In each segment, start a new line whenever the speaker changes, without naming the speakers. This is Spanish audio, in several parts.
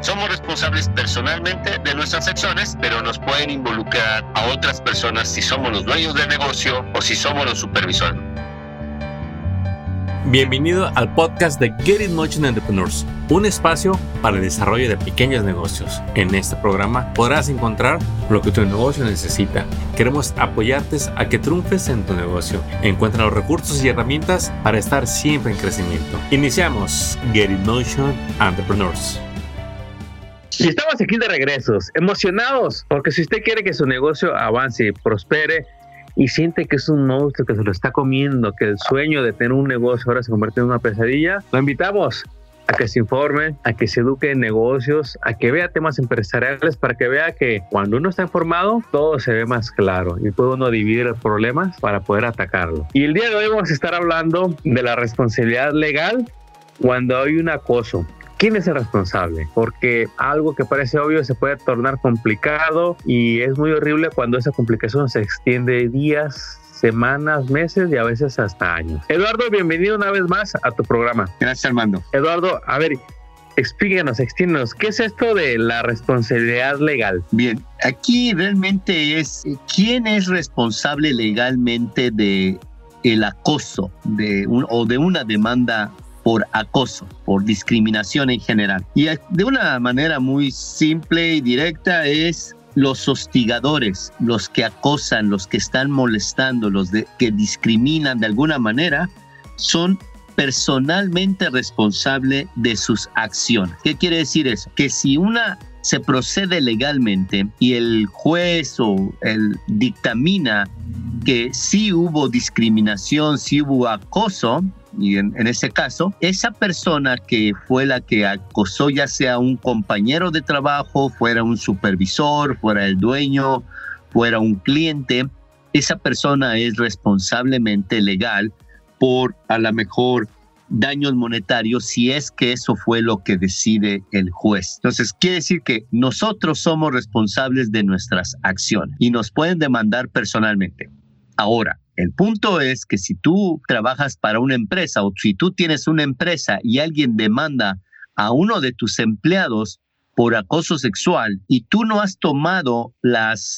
Somos responsables personalmente de nuestras acciones, pero nos pueden involucrar a otras personas si somos los dueños del negocio o si somos los supervisores.
Bienvenido al podcast de Get It Motion Entrepreneurs, un espacio para el desarrollo de pequeños negocios. En este programa podrás encontrar lo que tu negocio necesita. Queremos apoyarte a que triunfes en tu negocio. Encuentra los recursos y herramientas para estar siempre en crecimiento. Iniciamos Get It Motion Entrepreneurs.
Y estamos aquí de regresos, emocionados, porque si usted quiere que su negocio avance y prospere, y siente que es un monstruo que se lo está comiendo, que el sueño de tener un negocio ahora se convierte en una pesadilla, lo invitamos a que se informe, a que se eduque en negocios, a que vea temas empresariales para que vea que cuando uno está informado, todo se ve más claro y puede uno dividir los problemas para poder atacarlo. Y el día de hoy vamos a estar hablando de la responsabilidad legal cuando hay un acoso. ¿Quién es el responsable? Porque algo que parece obvio se puede tornar complicado y es muy horrible cuando esa complicación se extiende días, semanas, meses y a veces hasta años. Eduardo, bienvenido una vez más a tu programa.
Gracias, Armando.
Eduardo, a ver, explíquenos, extiéndenos, ¿qué es esto de la responsabilidad legal?
Bien, aquí realmente es quién es responsable legalmente de el acoso o de una demanda por acoso, por discriminación en general. Y de una manera muy simple y directa es los hostigadores, los que acosan, los que están molestando, que discriminan de alguna manera, son personalmente responsables de sus acciones. ¿Qué quiere decir eso? Que si se procede legalmente y el juez o el dictamina que sí hubo discriminación, sí hubo acoso, y en ese caso, esa persona que fue la que acosó, ya sea un compañero de trabajo, fuera un supervisor, fuera el dueño, fuera un cliente, esa persona es responsablemente legal por a lo mejor daños monetarios si es que eso fue lo que decide el juez. Entonces, quiere decir que nosotros somos responsables de nuestras acciones y nos pueden demandar personalmente. Ahora, el punto es que si tú trabajas para una empresa o si tú tienes una empresa y alguien demanda a uno de tus empleados por acoso sexual y tú no has tomado las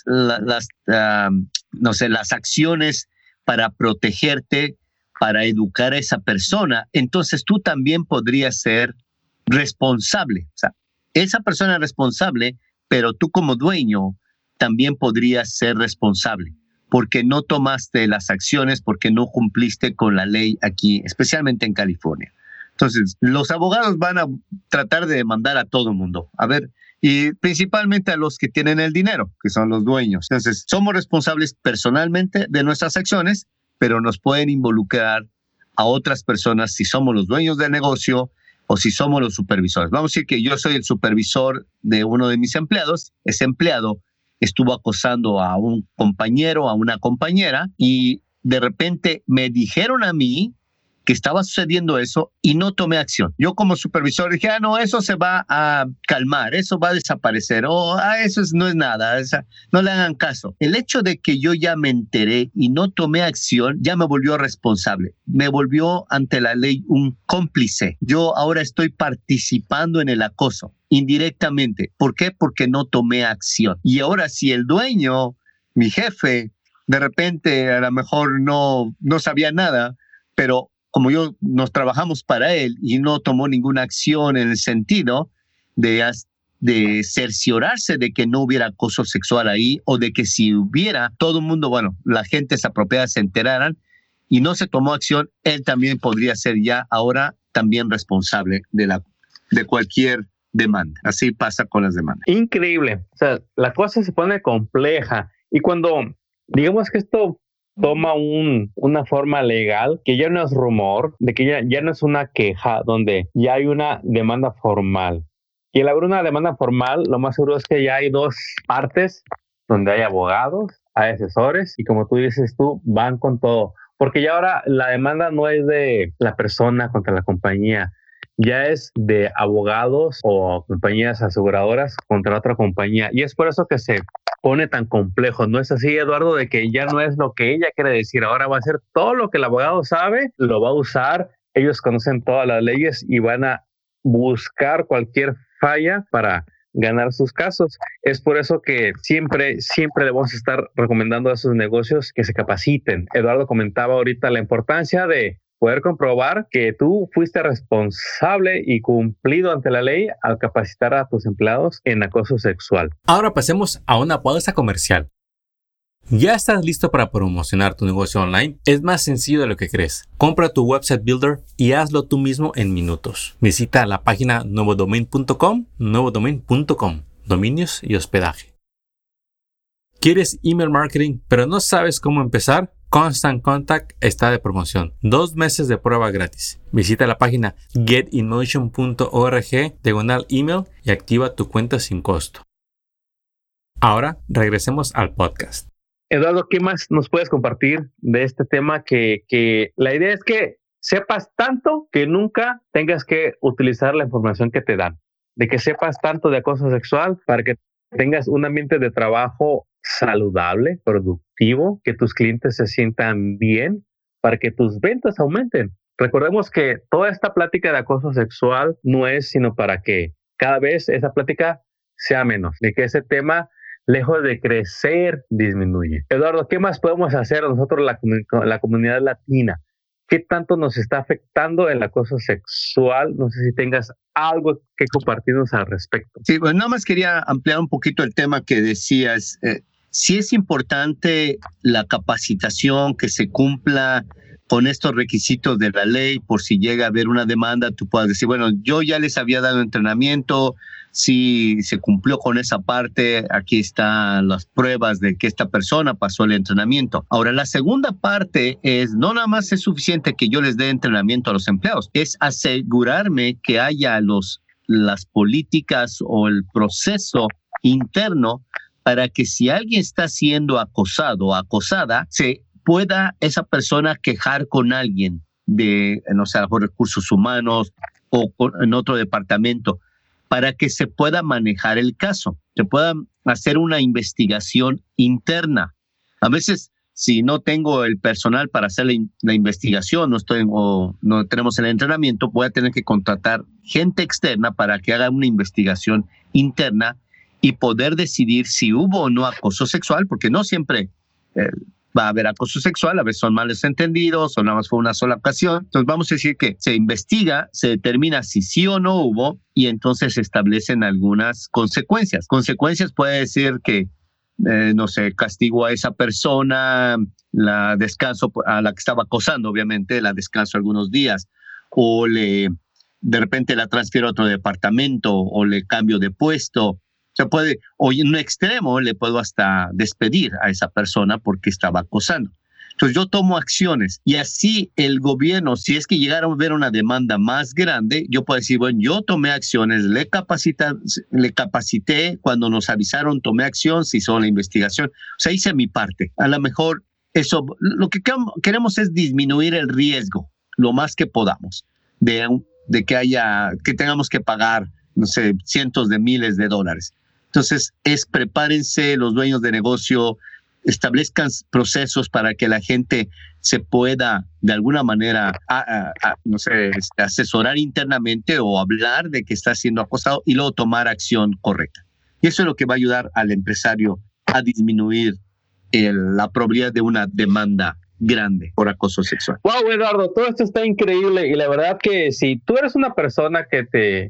acciones para protegerte, para educar a esa persona, entonces tú también podrías ser responsable. O sea, esa persona es responsable, pero tú como dueño también podrías ser responsable porque no tomaste las acciones, porque no cumpliste con la ley aquí, especialmente en California. Entonces, los abogados van a tratar de demandar a todo el mundo. A ver, y principalmente a los que tienen el dinero, que son los dueños. Entonces, somos responsables personalmente de nuestras acciones, pero nos pueden involucrar a otras personas si somos los dueños del negocio o si somos los supervisores. Vamos a decir que yo soy el supervisor de uno de mis empleados. Ese empleado estuvo acosando a un compañero, a una compañera, y de repente me dijeron a mí que estaba sucediendo eso y no tomé acción. Yo como supervisor dije, no, eso se va a calmar, eso va a desaparecer, eso no es nada, no le hagan caso. El hecho de que yo ya me enteré y no tomé acción ya me volvió responsable, me volvió ante la ley un cómplice. Yo ahora estoy participando en el acoso indirectamente. ¿Por qué? Porque no tomé acción. Y ahora si el dueño, mi jefe, de repente a lo mejor no sabía nada, pero como nos trabajamos para él y no tomó ninguna acción en el sentido de cerciorarse de que no hubiera acoso sexual ahí o de que si hubiera, todo el mundo, la gente apropiada se enteraran y no se tomó acción, él también podría ser ya ahora también responsable de cualquier demanda. Así pasa con las demandas.
Increíble. O sea, la cosa se pone compleja y cuando digamos que esto toma una forma legal, que ya no es rumor, de que ya no es una queja, donde ya hay una demanda formal. Y al haber una demanda formal, lo más seguro es que ya hay dos partes, donde hay abogados, hay asesores, y como tú dices van con todo. Porque ya ahora la demanda no es de la persona contra la compañía, ya es de abogados o compañías aseguradoras contra otra compañía. Y es por eso que se pone tan complejo. ¿No es así, Eduardo? De que ya no es lo que ella quiere decir. Ahora va a ser todo lo que el abogado sabe, lo va a usar. Ellos conocen todas las leyes y van a buscar cualquier falla para ganar sus casos. Es por eso que siempre debemos estar recomendando a esos negocios que se capaciten. Eduardo comentaba ahorita la importancia de poder comprobar que tú fuiste responsable y cumplido ante la ley al capacitar a tus empleados en acoso sexual.
Ahora pasemos a una pausa comercial. ¿Ya estás listo para promocionar tu negocio online? Es más sencillo de lo que crees. Compra tu website builder y hazlo tú mismo en minutos. Visita la página nuevodomain.com, dominios y hospedaje. ¿Quieres email marketing pero no sabes cómo empezar? Constant Contact está de promoción. 2 meses de prueba gratis. Visita la página getinmotion.org/email y activa tu cuenta sin costo. Ahora regresemos al podcast.
Eduardo, ¿qué más nos puedes compartir de este tema? Que la idea es que sepas tanto que nunca tengas que utilizar la información que te dan. De que sepas tanto de acoso sexual para que tengas un ambiente de trabajo saludable, productivo, que tus clientes se sientan bien, para que tus ventas aumenten. Recordemos que toda esta plática de acoso sexual no es sino para que cada vez esa plática sea menos, de que ese tema, lejos de crecer, disminuye. Eduardo, ¿qué más podemos hacer nosotros, la comunidad latina? ¿Qué tanto nos está afectando el acoso sexual? No sé si tengas algo que compartirnos al respecto.
Sí, pues nada más quería ampliar un poquito el tema que decías. Sí es importante la capacitación, que se cumpla con estos requisitos de la ley, por si llega a haber una demanda, tú puedas decir, bueno, yo ya les había dado entrenamiento, si se cumplió con esa parte, aquí están las pruebas de que esta persona pasó el entrenamiento. Ahora, la segunda parte es, no nada más es suficiente que yo les dé entrenamiento a los empleados, es asegurarme que haya las políticas o el proceso interno para que si alguien está siendo acosado o acosada, se pueda esa persona quejar con alguien de, no sé, por recursos humanos o en otro departamento, para que se pueda manejar el caso, se pueda hacer una investigación interna. A veces, si no tengo el personal para hacer la investigación, no tenemos el entrenamiento, voy a tener que contratar gente externa para que haga una investigación interna y poder decidir si hubo o no acoso sexual, porque no siempre va a haber acoso sexual, a veces son malos entendidos o nada más fue una sola ocasión. Entonces vamos a decir que se investiga, se determina si sí o no hubo y entonces se establecen algunas consecuencias. Consecuencias puede decir que, no sé, castigo a esa persona, la descanso a la que estaba acosando, obviamente, la descanso algunos días, o de repente la transfiero a otro departamento o le cambio de puesto. Se puede, o en un extremo le puedo hasta despedir a esa persona porque estaba acosando. Entonces yo tomo acciones y así el gobierno, si es que llegara a haber una demanda más grande, yo puedo decir, bueno, yo tomé acciones, le capacité, cuando nos avisaron, tomé acción, se hizo la investigación, o sea, hice mi parte. A lo mejor eso, lo que queremos es disminuir el riesgo lo más que podamos de que tengamos que pagar, no sé, cientos de miles de dólares. Entonces, prepárense los dueños de negocio, establezcan procesos para que la gente se pueda, de alguna manera, no sé, asesorar internamente o hablar de que está siendo acosado y luego tomar acción correcta. Y eso es lo que va a ayudar al empresario a disminuir la probabilidad de una demanda grande por acoso sexual.
Wow, Eduardo, todo esto está increíble y la verdad que si tú eres una persona que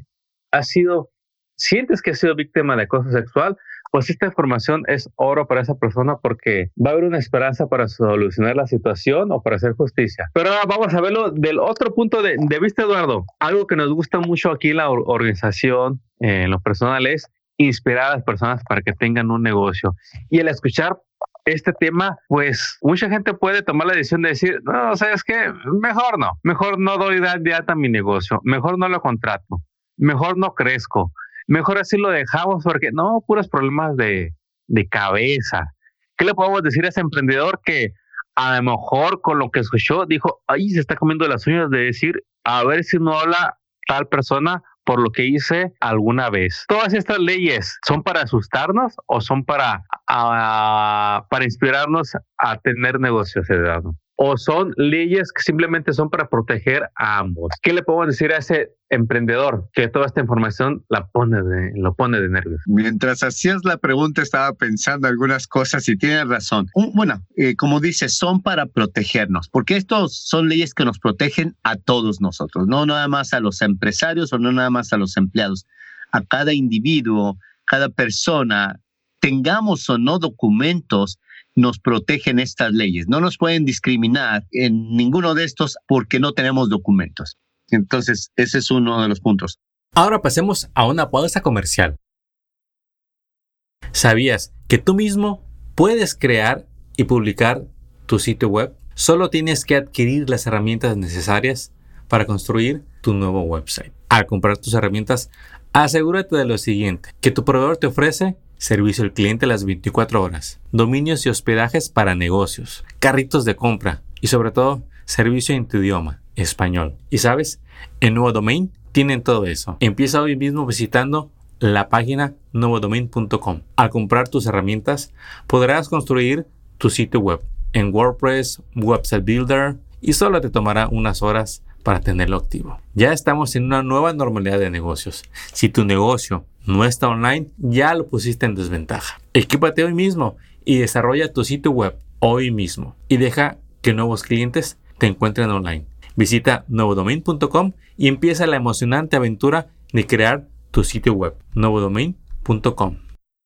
sientes que has sido víctima de acoso sexual, pues esta información es oro para esa persona porque va a haber una esperanza para solucionar la situación o para hacer justicia. Pero ahora vamos a verlo del otro punto de vista, Eduardo. Algo que nos gusta mucho aquí en la organización, en lo personal, es inspirar a las personas para que tengan un negocio. Y al escuchar este tema, pues mucha gente puede tomar la decisión de decir, no, ¿sabes qué? Mejor no doy de alta mi negocio, mejor no lo contrato, mejor no crezco. Mejor así lo dejamos porque no, puros problemas de cabeza. ¿Qué le podemos decir a ese emprendedor que a lo mejor con lo que escuchó dijo, ay, se está comiendo las uñas de decir, a ver si no habla tal persona por lo que hice alguna vez? ¿Todas estas leyes son para asustarnos o son para inspirarnos a tener negocios, Eduardo? ¿O son leyes que simplemente son para proteger a ambos? ¿Qué le podemos decir a ese emprendedor que toda esta información lo pone de nervios?
Mientras hacías la pregunta estaba pensando algunas cosas y tienes razón. Como dices, son para protegernos, porque estos son leyes que nos protegen a todos nosotros, no nada más a los empresarios o no nada más a los empleados, a cada individuo, cada persona, tengamos o no documentos, nos protegen estas leyes. No nos pueden discriminar en ninguno de estos porque no tenemos documentos. Entonces, ese es uno de los puntos.
Ahora pasemos a una pausa comercial. ¿Sabías que tú mismo puedes crear y publicar tu sitio web? Solo tienes que adquirir las herramientas necesarias para construir tu nuevo website. Al comprar tus herramientas, asegúrate de lo siguiente, que tu proveedor te ofrece servicio al cliente a las 24 horas, dominios y hospedajes para negocios, carritos de compra y sobre todo, servicio en tu idioma, español. Y sabes, en Nuevo Domain tienen todo eso. Empieza hoy mismo visitando la página nuevodomain.com. Al comprar tus herramientas, podrás construir tu sitio web en WordPress, Website Builder y solo te tomará unas horas para tenerlo activo. Ya estamos en una nueva normalidad de negocios. Si tu negocio no está online, ya lo pusiste en desventaja. Equípate hoy mismo y desarrolla tu sitio web hoy mismo y deja que nuevos clientes te encuentren online. Visita nuevodomain.com y empieza la emocionante aventura de crear tu sitio web. nuevodomain.com.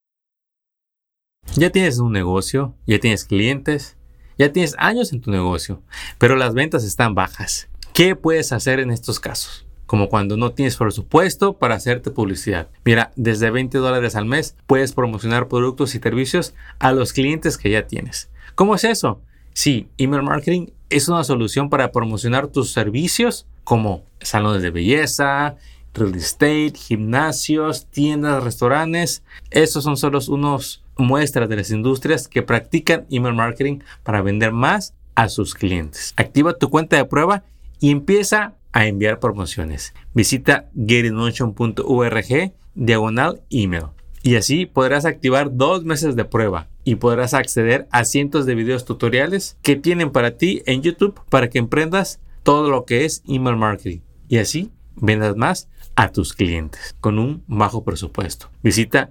Ya tienes un negocio, ya tienes clientes, ya tienes años en tu negocio, pero las ventas están bajas. ¿Qué puedes hacer en estos casos? Como cuando no tienes presupuesto para hacerte publicidad. Mira, desde $20 al mes puedes promocionar productos y servicios a los clientes que ya tienes. ¿Cómo es eso? Sí, email marketing es una solución para promocionar tus servicios como salones de belleza, real estate, gimnasios, tiendas, restaurantes. Estos son solo unos muestras de las industrias que practican email marketing para vender más a sus clientes. Activa tu cuenta de prueba y empieza a enviar promociones. Visita getinmotion.org/email y así podrás activar 2 meses de prueba y podrás acceder a cientos de videos tutoriales que tienen para ti en YouTube para que emprendas todo lo que es email marketing y así vendas más a tus clientes con un bajo presupuesto. Visita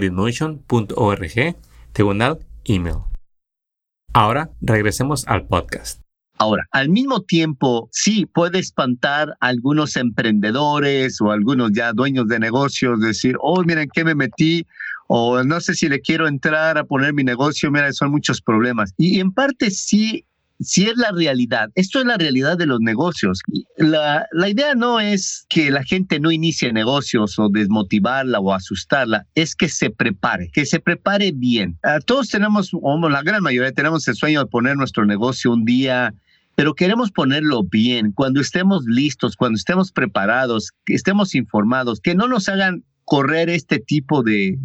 getinmotion.org/email. Ahora regresemos al podcast.
Ahora, al mismo tiempo, sí puede espantar a algunos emprendedores o algunos ya dueños de negocios, decir, miren qué me metí, o no sé si le quiero entrar a poner mi negocio, mira, son muchos problemas. Y en parte sí es la realidad. Esto es la realidad de los negocios. La idea no es que la gente no inicie negocios o desmotivarla o asustarla, es que se prepare bien. Todos tenemos, o la gran mayoría tenemos el sueño de poner nuestro negocio un día, pero queremos ponerlo bien, cuando estemos listos, cuando estemos preparados, que estemos informados, que no nos hagan correr este tipo de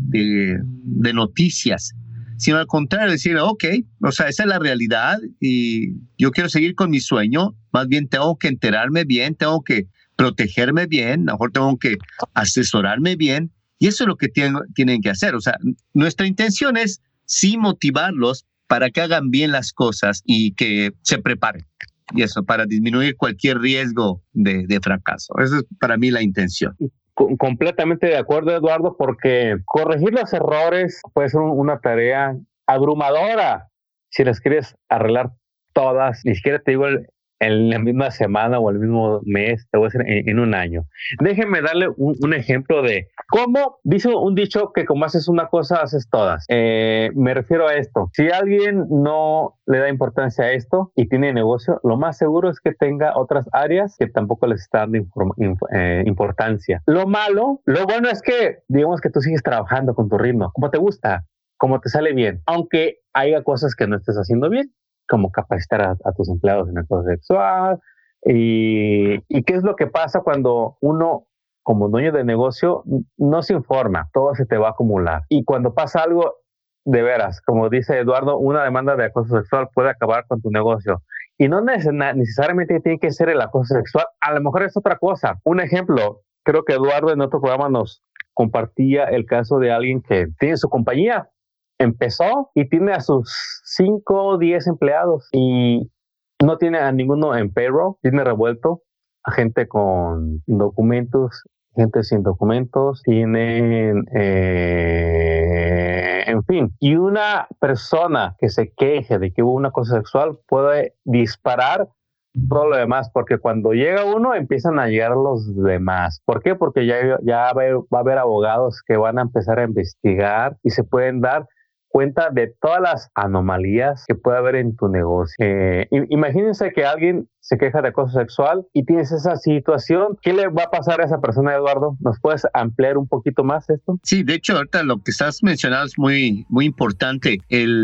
noticias, sino al contrario, decir, esa es la realidad y yo quiero seguir con mi sueño, más bien tengo que enterarme bien, tengo que protegerme bien, a lo mejor tengo que asesorarme bien, y eso es lo que tienen que hacer. O sea, nuestra intención es sí motivarlos para que hagan bien las cosas y que se preparen. Y eso, para disminuir cualquier riesgo de fracaso. Esa es para mí la intención.
Completamente de acuerdo, Eduardo, porque corregir los errores puede ser una tarea abrumadora si las quieres arreglar todas. Ni siquiera te digo en la misma semana o el mismo mes, te voy a decir en un año. Déjenme darle un ejemplo de cómo dice un dicho que como haces una cosa, haces todas. Me refiero a esto. Si alguien no le da importancia a esto y tiene negocio, lo más seguro es que tenga otras áreas que tampoco les están dando importancia. Lo bueno es que digamos que tú sigues trabajando con tu ritmo, como te gusta, como te sale bien, aunque haya cosas que no estés haciendo bien, como capacitar a tus empleados en el acoso sexual. ¿Y qué es lo que pasa cuando uno, como dueño de negocio, no se informa? Todo se te va a acumular. Y cuando pasa algo, de veras, como dice Eduardo, una demanda de acoso sexual puede acabar con tu negocio. Y no necesariamente tiene que ser el acoso sexual. A lo mejor es otra cosa. Un ejemplo, creo que Eduardo en otro programa nos compartía el caso de alguien que tiene su compañía. Empezó y tiene a sus 5 o 10 empleados y no tiene a ninguno en payroll, tiene revuelto a gente con documentos, gente sin documentos, tienen, en fin, y una persona que se queje de que hubo un acoso sexual puede disparar todo lo demás, porque cuando llega uno empiezan a llegar los demás. ¿Por qué? Porque ya va a haber abogados que van a empezar a investigar y se pueden dar cuenta de todas las anomalías que puede haber en tu negocio. Imagínense que alguien se queja de acoso sexual y tienes esa situación. ¿Qué le va a pasar a esa persona, Eduardo? ¿Nos puedes ampliar un poquito más esto?
Sí, de hecho, ahorita lo que estás mencionando es muy, muy importante.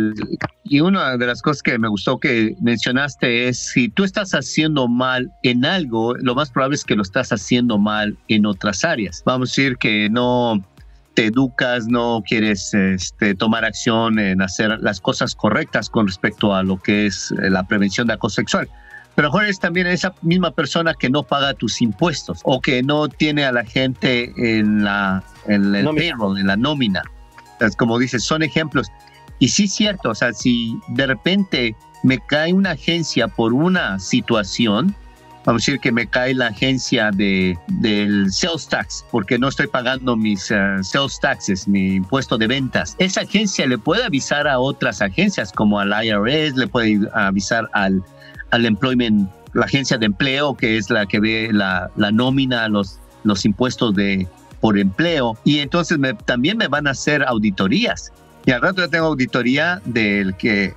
Y una de las cosas que me gustó que mencionaste es, si tú estás haciendo mal en algo, lo más probable es que lo estás haciendo mal en otras áreas. Vamos a decir que no te educas, no quieres tomar acción en hacer las cosas correctas con respecto a lo que es la prevención de acoso sexual. Pero a lo mejor es también esa misma persona que no paga tus impuestos o que no tiene a la gente en el payroll, en la nómina. Entonces, como dices, son ejemplos. Y sí es cierto, o sea, si de repente me cae una agencia por una situación, vamos a decir que me cae la agencia del sales tax porque no estoy pagando mis sales taxes, mi impuesto de ventas. Esa agencia le puede avisar a otras agencias como al IRS, le puede avisar al employment, la agencia de empleo, que es la que ve la nómina, los impuestos por empleo. Y entonces también me van a hacer auditorías. Y al rato yo tengo auditoría del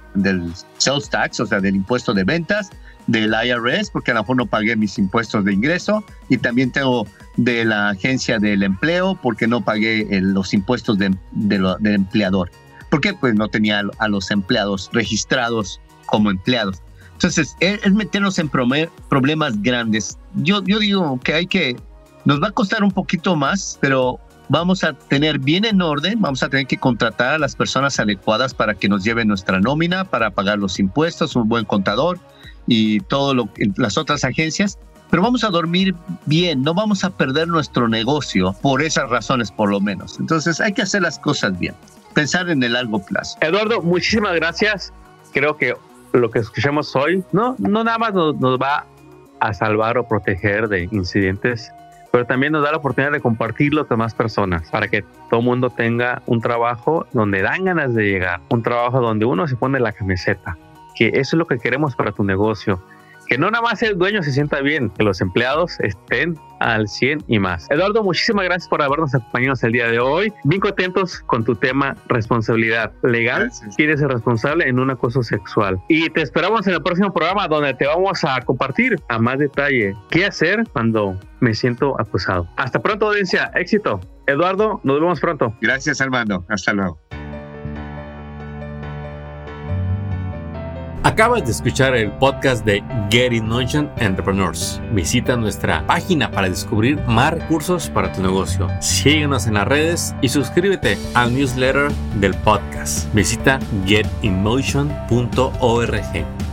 sales tax, o sea, del impuesto de ventas, del IRS, porque a lo mejor no pagué mis impuestos de ingreso, y también tengo de la agencia del empleo, porque no pagué los impuestos del empleador. ¿Por qué? Pues no tenía a los empleados registrados como empleados. Entonces, es meternos en problemas grandes. Yo digo que nos va a costar un poquito más, pero vamos a tener bien en orden, vamos a tener que contratar a las personas adecuadas para que nos lleven nuestra nómina, para pagar los impuestos, un buen contador y las otras agencias, pero vamos a dormir bien, no vamos a perder nuestro negocio por esas razones por lo menos. Entonces hay que hacer las cosas bien, pensar en el largo plazo.
Eduardo, muchísimas gracias. Creo que lo que escuchamos hoy no nada más nos va a salvar o proteger de incidentes, pero también nos da la oportunidad de compartirlo con más personas para que todo el mundo tenga un trabajo donde dan ganas de llegar, un trabajo donde uno se pone la camiseta, que eso es lo que queremos para tu negocio, que no nada más el dueño se sienta bien, que los empleados estén al 100 y más. Eduardo, muchísimas gracias por habernos acompañado el día de hoy. Bien contentos con tu tema responsabilidad legal. Gracias. ¿Quién es el responsable en un acoso sexual? Y te esperamos en el próximo programa donde te vamos a compartir a más detalle qué hacer cuando me siento acusado. Hasta pronto, audiencia. Éxito. Eduardo, nos vemos pronto.
Gracias, Armando. Hasta luego.
Acabas de escuchar el podcast de Get in Motion Entrepreneurs. Visita nuestra página para descubrir más recursos para tu negocio. Síguenos en las redes y suscríbete al newsletter del podcast. Visita getinmotion.org.